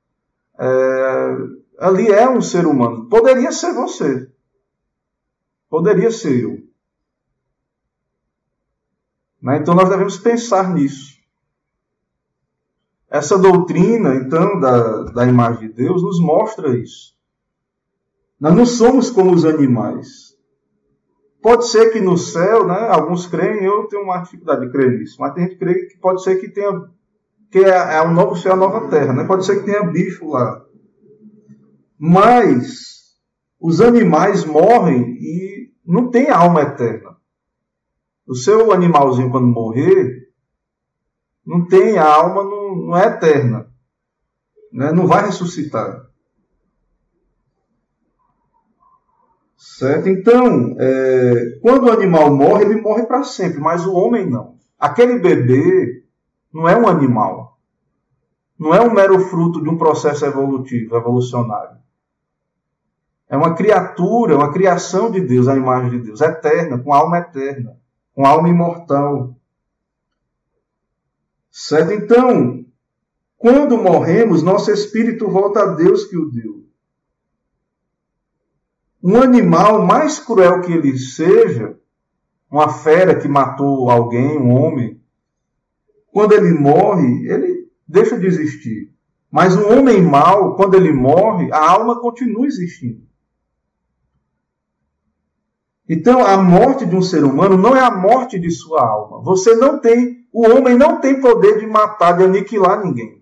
ali é um ser humano. Poderia ser você. Poderia ser eu. Né? Então, nós devemos pensar nisso. Essa doutrina, então, da imagem de Deus, nos mostra isso. Nós não somos como os animais. Pode ser que no céu, né, alguns creem, eu tenho uma dificuldade de crer nisso, mas tem gente que crê que pode ser que tenha, que é o novo céu, a nova terra, né? Pode ser que tenha bicho lá. Mas os animais morrem e não tem alma eterna. O seu animalzinho, quando morrer, não tem alma, não é eterna. Né? Não vai ressuscitar. Certo? Então, quando o animal morre, ele morre para sempre, mas o homem não. Aquele bebê não é um animal. Não é um mero fruto de um processo evolutivo, evolucionário. É uma criatura, uma criação de Deus, a imagem de Deus, eterna, com alma eterna, com alma imortal. Certo? Então, quando morremos, nosso espírito volta a Deus que o deu. Um animal, mais cruel que ele seja, uma fera que matou alguém, um homem, quando ele morre, ele deixa de existir. Mas um homem mau, quando ele morre, a alma continua existindo. Então, a morte de um ser humano não é a morte de sua alma. O homem não tem poder de matar, de aniquilar ninguém.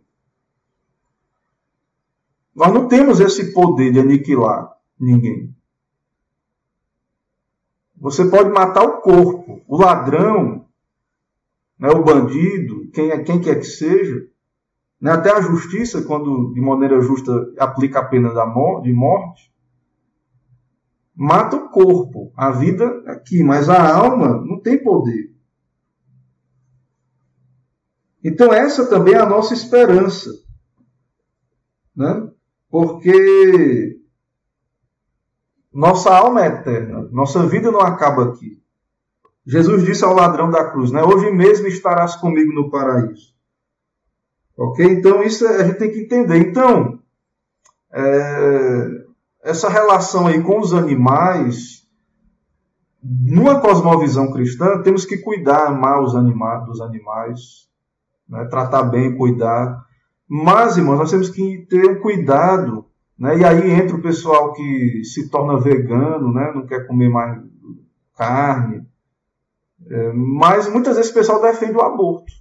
Nós não temos esse poder de aniquilar ninguém. Você pode matar o corpo, o ladrão, né, o bandido, quem quer que seja. Né, até a justiça, quando de maneira justa aplica a pena de morte, mata o corpo, a vida aqui, mas a alma não tem poder. Então essa também é a nossa esperança. Né? Porque nossa alma é eterna, nossa vida não acaba aqui. Jesus disse ao ladrão da cruz, né? Hoje mesmo estarás comigo no paraíso. Ok? Então isso a gente tem que entender. Então, essa relação aí com os animais, numa cosmovisão cristã, temos que cuidar, amar dos animais, né? Tratar bem, cuidar. Mas, irmãos, nós temos que ter um cuidado. Né? E aí entra o pessoal que se torna vegano, né? Não quer comer mais carne. Mas muitas vezes o pessoal defende o aborto.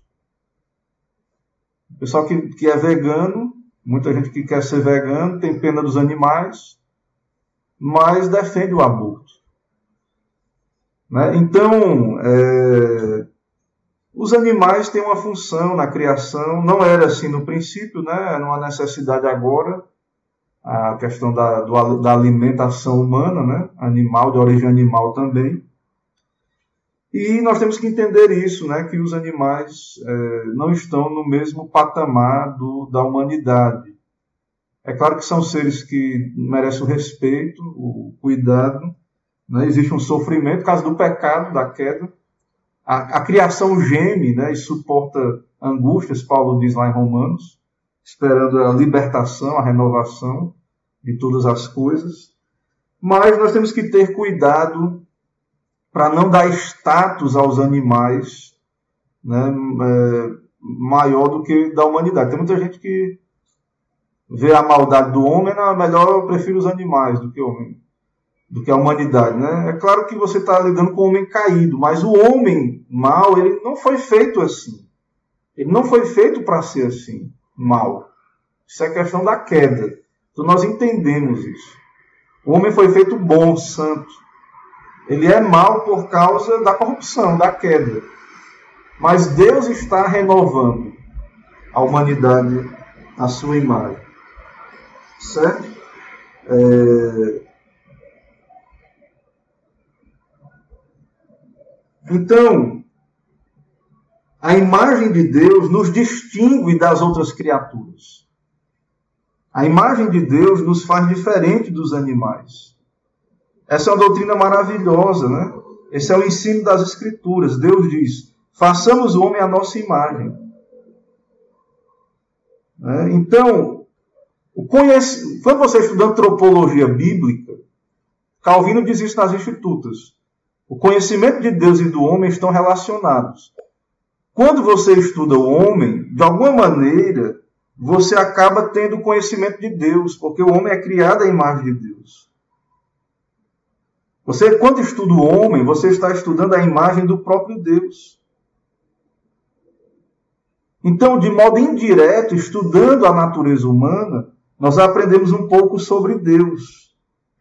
O pessoal que é vegano, muita gente que quer ser vegano, tem pena dos animais, mas defende o aborto. Né? Então, os animais têm uma função na criação, não era assim no princípio, né? Era uma necessidade agora, a questão da alimentação humana, né? Animal, de origem animal também. E nós temos que entender isso, né? Que os animais não estão no mesmo patamar da humanidade. É claro que são seres que merecem o respeito, o cuidado, né? Existe um sofrimento por causa do pecado, da queda. A criação geme, né? E suporta angústias, Paulo diz lá em Romanos, esperando a libertação, a renovação de todas as coisas. Mas nós temos que ter cuidado para não dar status aos animais, né, maior do que da humanidade. Tem muita gente que vê a maldade do homem, não, melhor eu prefiro os animais do que a humanidade. Né? É claro que você está lidando com o homem caído, mas o homem mau, ele não foi feito assim. Ele não foi feito para ser assim, mau. Isso é questão da queda. Então nós entendemos isso. O homem foi feito bom, santo. Ele é mau por causa da corrupção, da queda. Mas Deus está renovando a humanidade à sua imagem. Certo? Então, a imagem de Deus nos distingue das outras criaturas. A imagem de Deus nos faz diferente dos animais. Essa é uma doutrina maravilhosa, né? Esse é o ensino das Escrituras. Deus diz, façamos o homem à nossa imagem. Então, quando você estuda antropologia bíblica, Calvino diz isso nas Institutas. O conhecimento de Deus e do homem estão relacionados. Quando você estuda o homem, de alguma maneira, você acaba tendo conhecimento de Deus, porque o homem é criado à imagem de Deus. Você, quando estuda o homem, você está estudando a imagem do próprio Deus. Então, de modo indireto, estudando a natureza humana, nós aprendemos um pouco sobre Deus.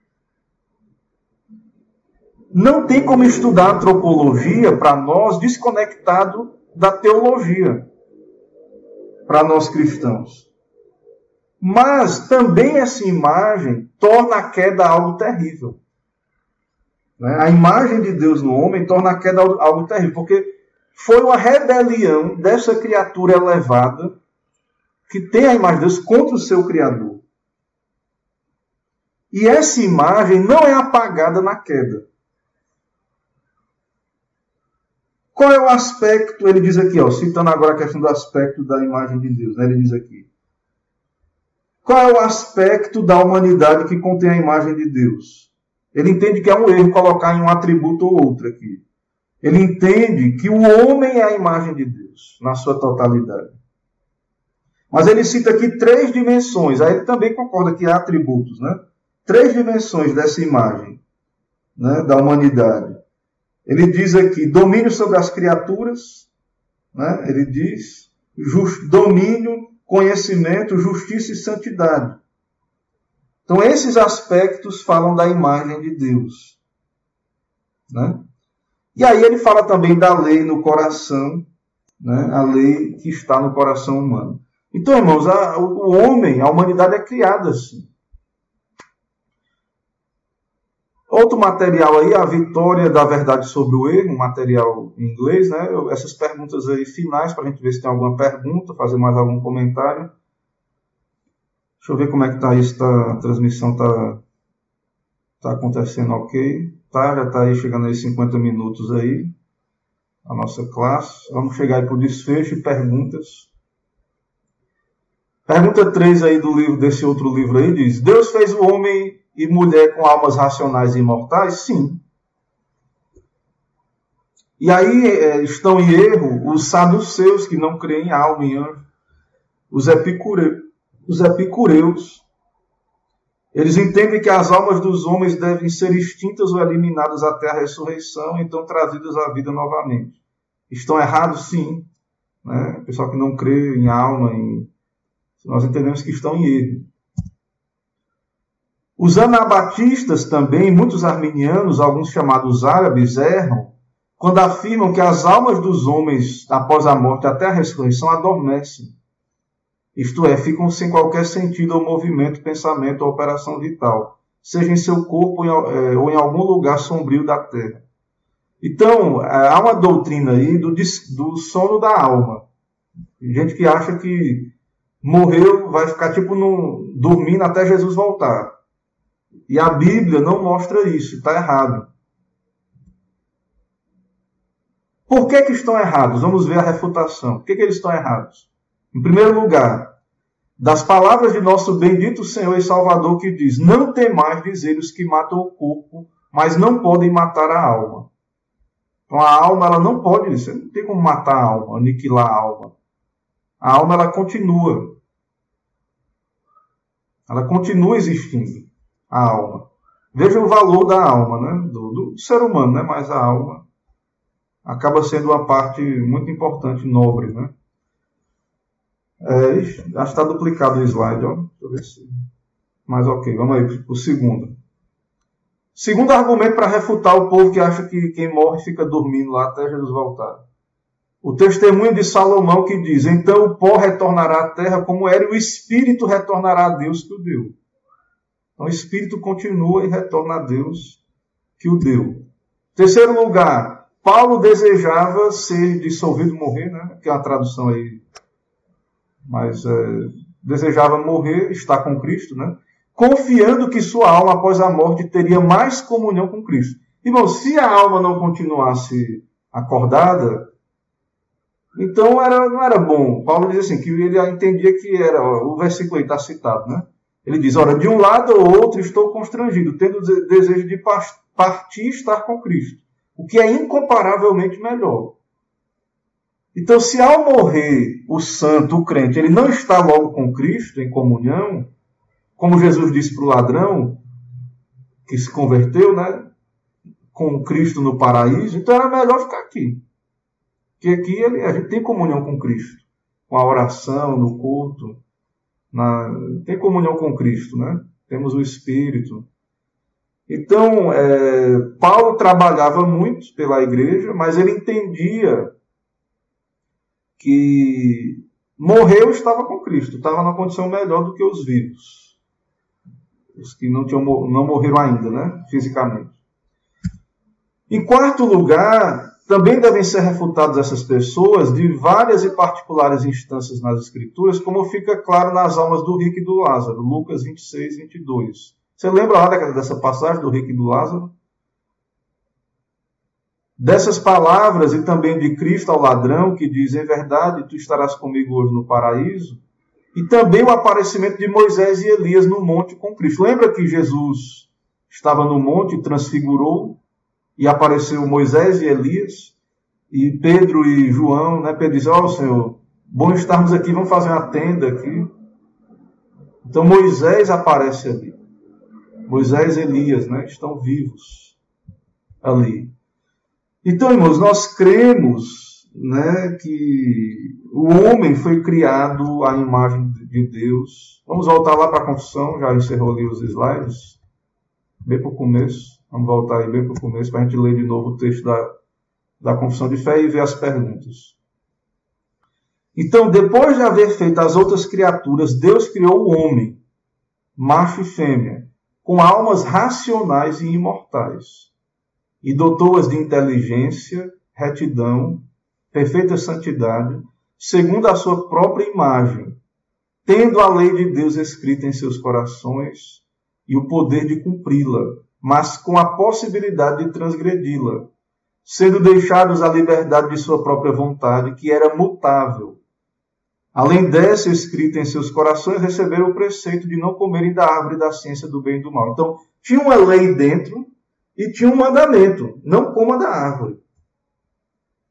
Não tem como estudar antropologia para nós desconectado da teologia, para nós cristãos. Mas também essa imagem torna a queda algo terrível. A imagem de Deus no homem torna a queda algo terrível, porque foi uma rebelião dessa criatura elevada que tem a imagem de Deus contra o seu Criador. E essa imagem não é apagada na queda. Qual é o aspecto? Ele diz aqui, citando agora a questão do aspecto da imagem de Deus. Ele diz aqui. Qual é o aspecto da humanidade que contém a imagem de Deus? Ele entende que é um erro colocar em um atributo ou outro aqui. Ele entende que o homem é a imagem de Deus, na sua totalidade. Mas ele cita aqui 3 dimensões. Aí ele também concorda que há atributos, né? 3 dimensões dessa imagem, né, da humanidade. Ele diz aqui, domínio sobre as criaturas, né? Ele diz, domínio, conhecimento, justiça e santidade. Então, esses aspectos falam da imagem de Deus. Né? E aí ele fala também da lei no coração, né? A lei que está no coração humano. Então, irmãos, o homem, a humanidade é criada assim. Outro material aí, a vitória da verdade sobre o erro, um material em inglês, né? Essas perguntas aí finais, para a gente ver se tem alguma pergunta, fazer mais algum comentário. Deixa eu ver como é que está isso, a transmissão está acontecendo ok. Já está aí chegando aí 50 minutos aí, a nossa classe. Vamos chegar aí para o desfecho e perguntas. Pergunta 3 aí do livro, desse outro livro aí, diz, Deus fez o homem e mulher com almas racionais e imortais? Sim. E aí estão em erro os saduceus, que não creem em alma e anjo. Os epicureus, Eles entendem que as almas dos homens devem ser extintas ou eliminadas até a ressurreição, então trazidas à vida novamente. Estão errados? Sim. Né? O pessoal que não crê em alma, nós entendemos que estão em erro. Os anabatistas também, muitos arminianos, alguns chamados árabes, erram quando afirmam que as almas dos homens, após a morte até a ressurreição, adormecem. Isto é, ficam sem qualquer sentido ou movimento, pensamento ou operação vital, seja em seu corpo ou em algum lugar sombrio da terra. Então, há uma doutrina aí do sono da alma. Tem gente que acha que morreu, vai ficar dormindo até Jesus voltar. E a Bíblia não mostra isso, está errado. Por que estão errados? Vamos ver a refutação. Por que eles estão errados? Em primeiro lugar, das palavras de nosso bendito Senhor e Salvador que diz: não temais dizer os que matam o corpo, mas não podem matar a alma. Então a alma ela não pode, você não tem como matar a alma, aniquilar a alma. A alma ela continua. Ela continua existindo, a alma. Veja o valor da alma, né? do ser humano, né? Mas a alma acaba sendo uma parte muito importante, nobre, né? Acho que está duplicado o slide, ó. Deixa eu ver se... Mas ok, vamos aí para o segundo. Segundo argumento para refutar o povo que acha que quem morre fica dormindo lá até Jesus voltar. O testemunho de Salomão que diz: então o pó retornará à terra como era, e o espírito retornará a Deus que o deu. Então o espírito continua e retorna a Deus que o deu. Terceiro lugar, Paulo desejava ser dissolvido, morrer, né? Que é uma tradução aí, mas desejava morrer, estar com Cristo, né? Confiando que sua alma após a morte teria mais comunhão com Cristo. Irmão, se a alma não continuasse acordada, então não era bom. Paulo diz assim, que ele entendia que era, o versículo aí está citado, né? Ele diz: ora, de um lado ou outro estou constrangido, tendo o desejo de partir e estar com Cristo, o que é incomparavelmente melhor. Então, se ao morrer o santo, o crente, ele não está logo com Cristo, em comunhão, como Jesus disse para o ladrão, que se converteu, né, com Cristo no paraíso, então era melhor ficar aqui. Porque aqui a gente tem comunhão com Cristo, com a oração, no culto, tem comunhão com Cristo, né? Temos o Espírito. Então, Paulo trabalhava muito pela igreja, mas ele entendia que morreu estava com Cristo, estava numa condição melhor do que os vivos. Os que não morreram ainda, né? Fisicamente. Em quarto lugar, também devem ser refutadas essas pessoas de várias e particulares instâncias nas Escrituras, como fica claro nas almas do rico e do Lázaro, Lucas 26, 22. Você lembra lá dessa passagem do rico e do Lázaro? Dessas palavras e também de Cristo ao ladrão, que diz: em verdade, tu estarás comigo hoje no paraíso. E também o aparecimento de Moisés e Elias no monte com Cristo. Lembra que Jesus estava no monte, transfigurou, e apareceu Moisés e Elias, e Pedro e João, né? Pedro diz: ó, Senhor, bom estarmos aqui, vamos fazer uma tenda aqui. Então Moisés aparece ali. Moisés e Elias, né? Estão vivos ali. Então, irmãos, nós cremos, né, que o homem foi criado à imagem de Deus. Vamos voltar lá para a confissão, já encerrou ali os slides, bem para o começo. Vamos voltar aí bem para o começo para a gente ler de novo o texto da confissão de fé e ver as perguntas. Então, depois de haver feito as outras criaturas, Deus criou o homem, macho e fêmea, com almas racionais e imortais, e dotou-as de inteligência, retidão, perfeita santidade, segundo a sua própria imagem, tendo a lei de Deus escrita em seus corações e o poder de cumpri-la, mas com a possibilidade de transgredi-la, sendo deixados à liberdade de sua própria vontade, que era mutável. Além dessa escrita em seus corações, receberam o preceito de não comerem da árvore da ciência do bem e do mal. Então, tinha uma lei dentro e tinha um mandamento: não coma da árvore.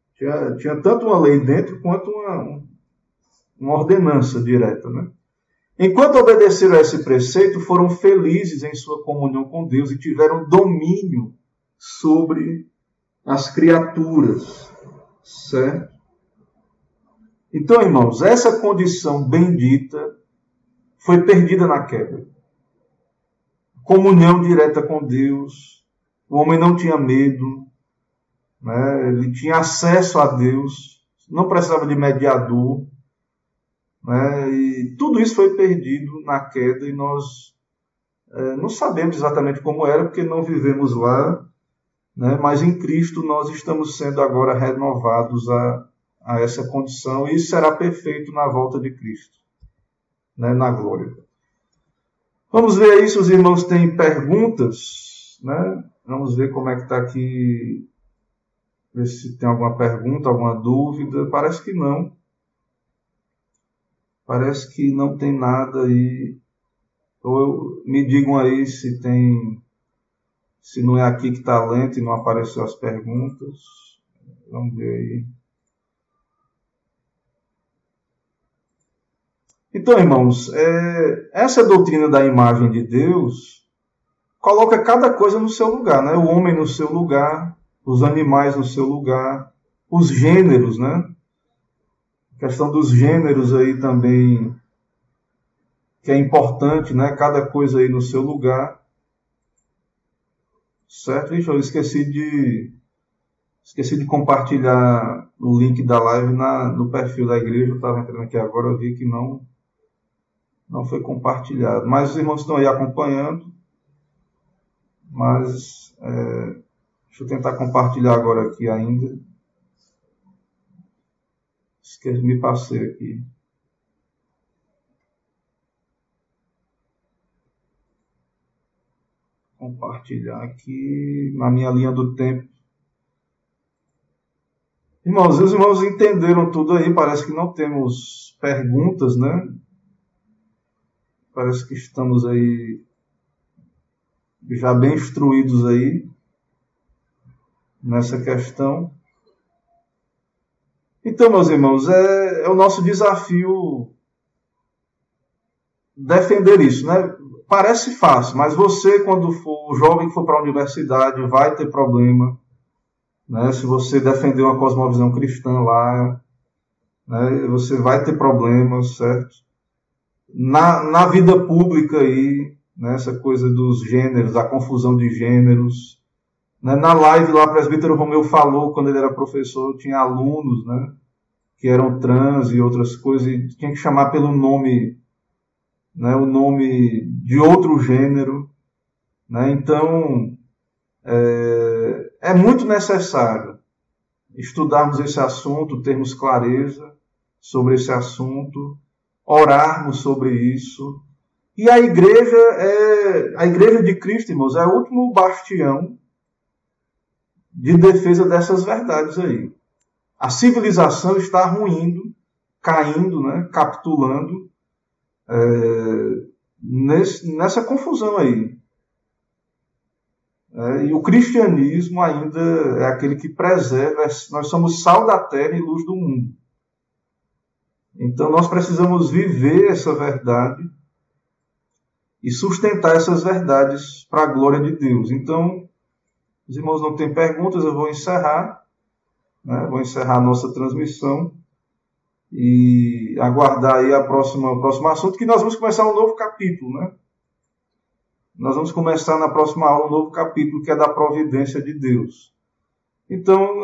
Tinha tanto uma lei dentro quanto uma ordenança direta, né? Enquanto obedeceram a esse preceito, foram felizes em sua comunhão com Deus e tiveram domínio sobre as criaturas, certo? Então, irmãos, essa condição bendita foi perdida na queda. Comunhão direta com Deus, o homem não tinha medo, né? Ele tinha acesso a Deus, não precisava de mediador, né? E tudo isso foi perdido na queda e nós não sabemos exatamente como era, porque não vivemos lá, né? Mas em Cristo nós estamos sendo agora renovados a essa condição, e isso será perfeito na volta de Cristo, né? Na glória. Vamos ver aí se os irmãos têm perguntas, né? Vamos ver como é que está aqui, ver se tem alguma pergunta, alguma dúvida. Parece que não. Parece que não tem nada aí. Ou me digam aí se tem, se não é aqui que está lento e não apareceu as perguntas. Vamos ver aí. Então, irmãos, essa doutrina da imagem de Deus coloca cada coisa no seu lugar, né? O homem no seu lugar, os animais no seu lugar, os gêneros, né? A questão dos gêneros aí também, que é importante, né? Cada coisa aí no seu lugar. Certo? Vixe, eu esqueci de compartilhar o link da live no perfil da igreja. Eu estava entrando aqui agora, eu vi que não foi compartilhado. Mas os irmãos estão aí acompanhando. Mas deixa eu tentar compartilhar agora aqui ainda. Me passei aqui. Compartilhar aqui na minha linha do tempo. Irmãos, os irmãos entenderam tudo aí. Parece que não temos perguntas, né? Parece que estamos aí já bem instruídos aí nessa questão. Então, meus irmãos, é o nosso desafio defender isso, né? Parece fácil, mas você, quando for o jovem que for para a universidade, vai ter problema, né? Se você defender uma cosmovisão cristã lá, né? Você vai ter problemas, certo? Na vida pública aí, né? Essa coisa dos gêneros, a confusão de gêneros. Né? Na live lá, o presbítero Romeu falou, quando ele era professor, tinha alunos, né? Que eram trans e outras coisas, e tinha que chamar pelo nome, né? O nome de outro gênero. Né? Então, é muito necessário estudarmos esse assunto, termos clareza sobre esse assunto, orarmos sobre isso. E a igreja de Cristo, irmãos, é o último bastião de defesa dessas verdades aí. A civilização está ruindo, caindo, né? Capitulando nessa confusão aí. E o cristianismo ainda é aquele que preserva. Nós somos sal da terra e luz do mundo. Então nós precisamos viver essa verdade e sustentar essas verdades para a glória de Deus. Então, os irmãos não têm perguntas, eu vou encerrar. Né? Vou encerrar a nossa transmissão e aguardar aí o próximo assunto, que nós vamos começar um novo capítulo, né? Nós vamos começar na próxima aula um novo capítulo, que é da providência de Deus. Então,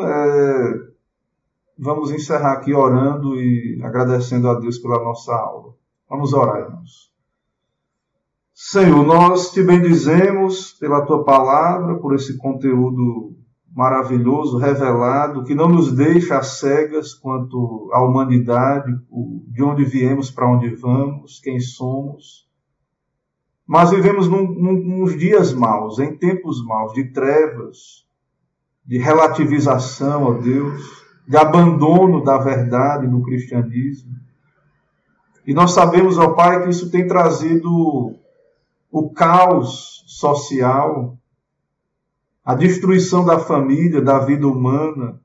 vamos encerrar aqui orando e agradecendo a Deus pela nossa aula. Vamos orar, irmãos. Senhor, nós te bendizemos pela tua palavra, por esse conteúdo maravilhoso, revelado, que não nos deixa às cegas quanto à humanidade, de onde viemos, para onde vamos, quem somos. Mas vivemos nos dias maus, em tempos maus, de trevas, de relativização, ó Deus, de abandono da verdade do cristianismo. E nós sabemos, ó Pai, que isso tem trazido o caos social, a destruição da família, da vida humana.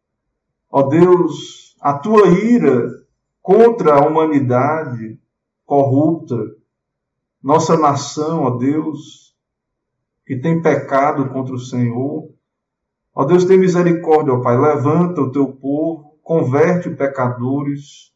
Ó Deus, a tua ira contra a humanidade, corrupta, nossa nação, ó Deus, que tem pecado contra o Senhor. Ó Deus, tem misericórdia, ó Pai, levanta o teu povo, converte pecadores,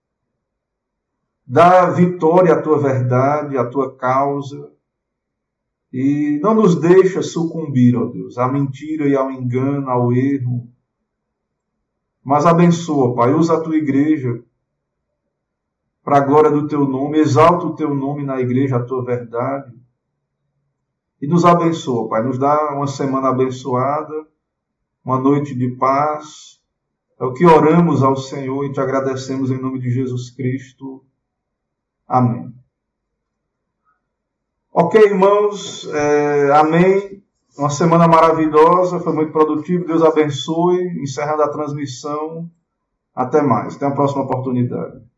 dá vitória à tua verdade, à tua causa, e não nos deixa sucumbir, ó Deus, à mentira e ao engano, ao erro, mas abençoa, Pai, usa a tua igreja para a glória do teu nome, exalta o teu nome na igreja, a tua verdade, e nos abençoa, Pai, nos dá uma semana abençoada, uma noite de paz. É o que oramos ao Senhor e te agradecemos em nome de Jesus Cristo. Amém. Ok, irmãos, amém. Uma semana maravilhosa, foi muito produtivo. Deus abençoe. Encerrando a transmissão. Até mais. Até a próxima oportunidade.